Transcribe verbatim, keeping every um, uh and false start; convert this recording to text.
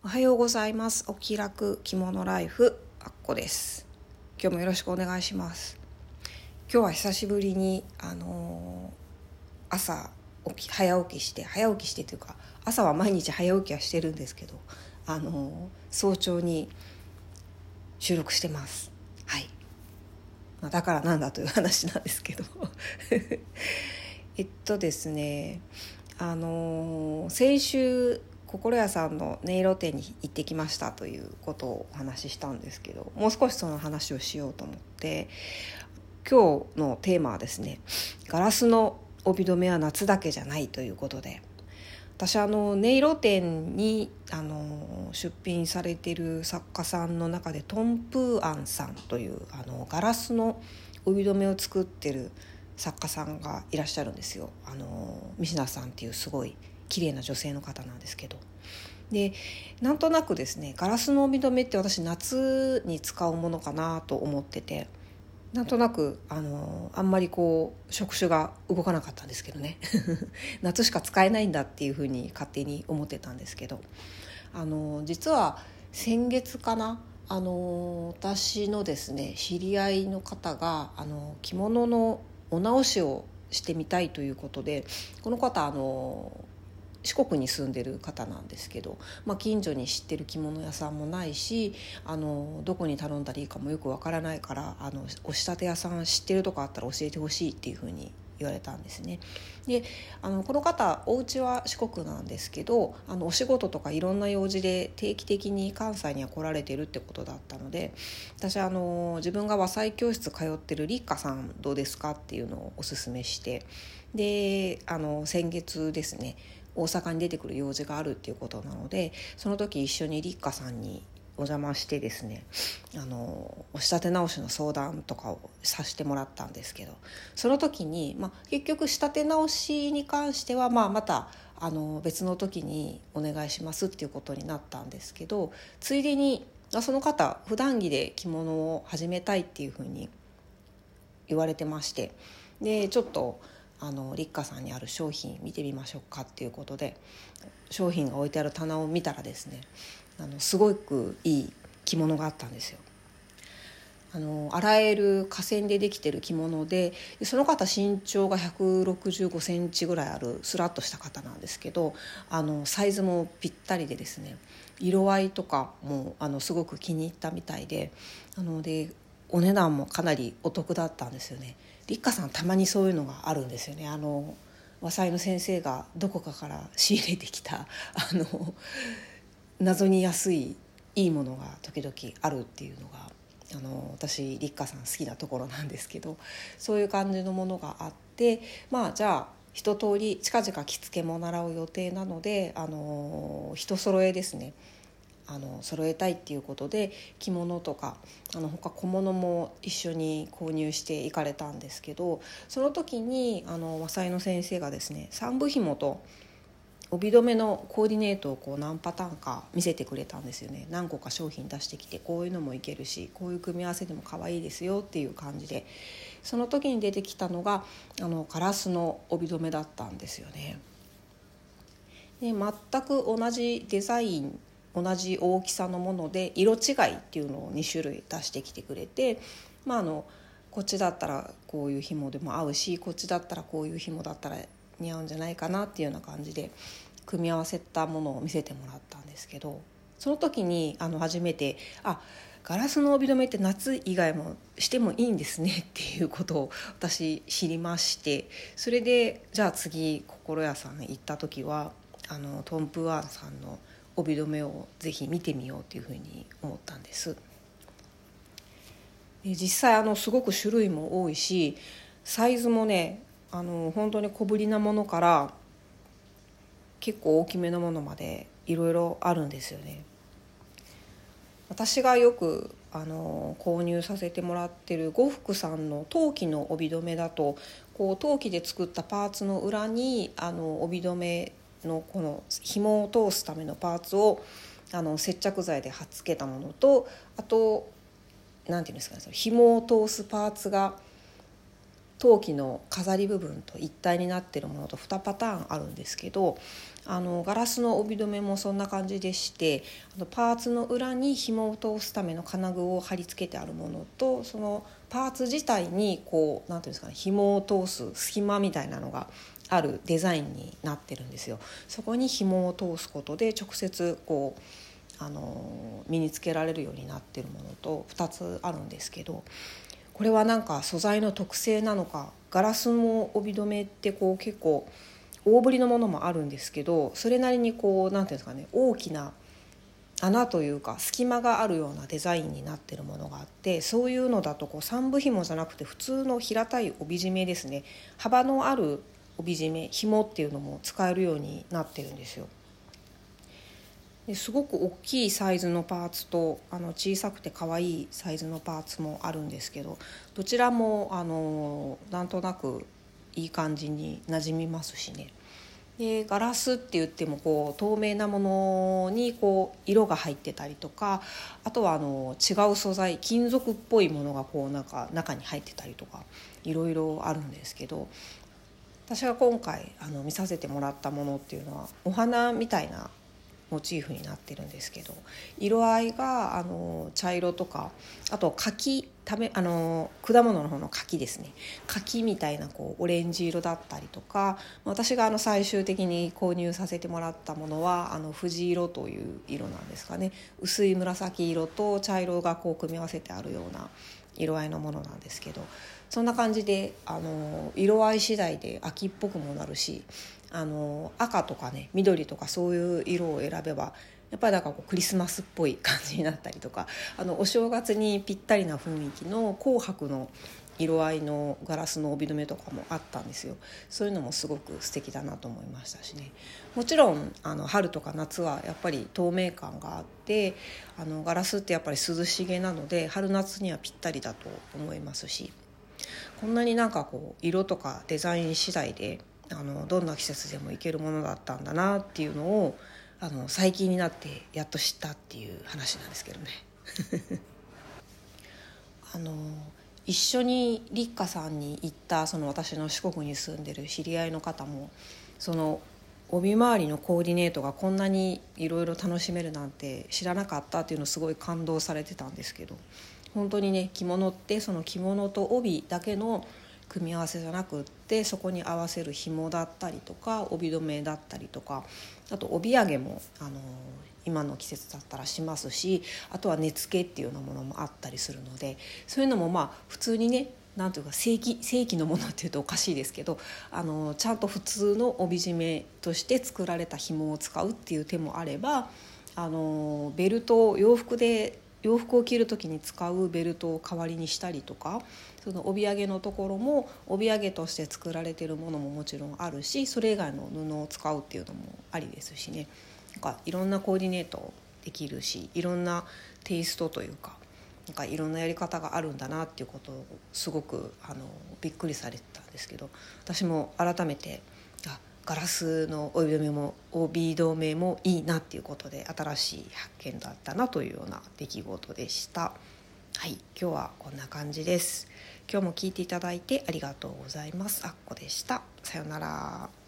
おはようございます。お気楽着物ライフあっこです。今日もよろしくお願いします。今日は久しぶりにあのー、朝起き早起きして早起きしてというか朝は毎日早起きはしてるんですけど、あのー、早朝に収録してます。はい。まあ、だからなんだという話なんですけどえっとですねあのー、先週心屋さんの音色店に行ってきましたということをお話ししたんですけど、もう少しその話をしようと思って、今日のテーマはですね、ガラスの帯留めは夏だけじゃないということで、私あの音色店にあの出品されている作家さんの中でトンプーアンさんというあのガラスの帯留めを作ってる作家さんがいらっしゃるんですよ。あのミシナさんっていうすごい綺麗な女性の方なんですけど、でなんとなくですね、ガラスの帯留めって私夏に使うものかなと思ってて、なんとなくあのあんまりこう触手が動かなかったんですけどね夏しか使えないんだっていうふうに勝手に思ってたんですけど、あの実は先月かな、あの私のですね知り合いの方があの着物のお直しをしてみたいということで、この方あの四国に住んでる方なんですけど、まあ、近所に知ってる着物屋さんもないし、あのどこに頼んだらいいかもよくわからないから、あのお仕立て屋さん知ってるとこあったら教えてほしいっていうふうに言われたんですね。であのこの方お家は四国なんですけど、あのお仕事とかいろんな用事で定期的に関西には来られてるってことだったので、私あの自分が和裁教室通ってる立花さんどうですかっていうのをおすすめして、であの先月ですね大阪に出てくる用事があるっていうことなので、その時一緒に立花さんにお邪魔してですね、あのお仕立て直しの相談とかをさせてもらったんですけど、その時に、まあ、結局仕立て直しに関しては、まあ、またあの別の時にお願いしますっていうことになったんですけど、ついでにその方普段着で着物を始めたいっていうふうに言われてまして、でちょっとあの立花さんにある商品見てみましょうかっていうことで商品が置いてある棚を見たらですね、あのすごくいい着物があったんですよ。あの洗える化繊でできてる着物で、その方身長がひゃくろくじゅうごセンチぐらいあるスラッとした方なんですけど、あのサイズもぴったりでですね、色合いとかもあのすごく気に入ったみたいで、あのでお値段もかなりお得だったんですよね。立花さんたまにそういうのがあるんですよね。あの和裁の先生がどこかから仕入れてきたあの謎に安いいいものが時々あるっていうのが、あの私立花さん好きなところなんですけど、そういう感じのものがあって、まあじゃあ一通り近々着付けも習う予定なので、あの一揃えですね、あの揃えたいっていうことで着物とかあの他小物も一緒に購入していかれたんですけど、その時にあの和裁の先生がですね三部紐と帯留めのコーディネートをこう何パターンか見せてくれたんですよね。何個か商品出してきて、こういうのもいけるしこういう組み合わせでも可愛いですよっていう感じで、その時に出てきたのがあのガラスの帯留めだったんですよね。で全く同じデザイン同じ大きさのもので色違いっていうのをに種類出してきてくれて、まあ、あのこっちだったらこういう紐でも合うし、こっちだったらこういう紐だったら似合うんじゃないかなっていうような感じで組み合わせたものを見せてもらったんですけど、その時にあの初めてあガラスの帯留めって夏以外もしてもいいんですねっていうことを私知りまして、それでじゃあ次心屋さん行った時はあのトンプワンさんの帯留めをぜひ見てみようというふうに思ったんです。で実際あのすごく種類も多いし、サイズもねあの本当に小ぶりなものから結構大きめのものまでいろいろあるんですよね。私がよくあの購入させてもらってる呉服さんの陶器の帯留めだと、こう陶器で作ったパーツの裏にあの帯留めのこの紐を通すためのパーツをあの接着剤で貼っつけたものと、あとなんていうんですかね、その紐を通すパーツが陶器の飾り部分と一体になっているものとにパターンあるんですけど、 あのガラスの帯留めもそんな感じでして、あのパーツの裏に紐を通すための金具を貼り付けてあるものと、そのパーツ自体にこうなんていうんですかね、紐を通す隙間みたいなのがあるデザインになってるんですよ。そこに紐を通すことで直接こうあの身につけられるようになってるものとふたつあるんですけど、これはなんか素材の特性なのか、ガラスの帯留めってこう結構大ぶりのものもあるんですけど、それなりにこうなんていうんですかね、大きな穴というか隙間があるようなデザインになってるものがあって、そういうのだとこう三部紐じゃなくて普通の平たい帯締めですね、幅のある帯締め紐っていうのも使えるようになってるんですよ。ですごく大きいサイズのパーツとあの小さくて可愛いサイズのパーツもあるんですけど、どちらもあのなんとなくいい感じに馴染みますしね。でガラスって言ってもこう透明なものにこう色が入ってたりとか、あとはあの違う素材金属っぽいものがこうなんか中に入ってたりとかいろいろあるんですけど、私が今回あの見させてもらったものっていうのはお花みたいなモチーフになってるんですけど、色合いがあの茶色とか、あと柿食べあの果物の方の柿ですね、柿みたいなこうオレンジ色だったりとか、私があの最終的に購入させてもらったものはあの藤色という色なんですかね、薄い紫色と茶色がこう組み合わせてあるような色合いのものなんですけど、そんな感じであの色合い次第で秋っぽくもなるし、あの赤とかね緑とかそういう色を選べばやっぱりなんかこうクリスマスっぽい感じになったりとか、あのお正月にぴったりな雰囲気の紅白の色合いのガラスの帯留めとかもあったんですよ。そういうのもすごく素敵だなと思いましたしね。もちろんあの春とか夏はやっぱり透明感があって、あのガラスってやっぱり涼しげなので春夏にはぴったりだと思いますし、こんなになんかこう色とかデザイン次第であのどんな季節でもいけるものだったんだなっていうのをあの最近になってやっと知ったっていう話なんですけどねあの一緒に立花さんに行ったその私の四国に住んでる知り合いの方も、その帯周りのコーディネートがこんなにいろいろ楽しめるなんて知らなかったっていうのをすごい感動されてたんですけど、本当にね着物ってその着物と帯だけの組み合わせじゃなくって、そこに合わせる紐だったりとか帯留めだったりとか、あと帯揚げもあの今の季節だったらしますし、あとは根付けっていうようなものもあったりするので、そういうのもまあ普通にねなんていうか正規正規のものっていうとおかしいですけど、あのちゃんと普通の帯締めとして作られた紐を使うっていう手もあれば、あのベルト洋服で洋服を着る時に使うベルトを代わりにしたりとか、その帯揚げのところも帯揚げとして作られているものももちろんあるし、それ以外の布を使うっていうのもありですしね、なんかいろんなコーディネートできるし、いろんなテイストというか、なんかいろんなやり方があるんだなっていうことをすごくあのびっくりされてたんですけど、私も改めてあガラスの帯留めも帯留めもいいなっていうことで新しい発見だったなというような出来事でした。はい、今日はこんな感じです。今日も聞いていただいてありがとうございます。あっこでした。さよなら。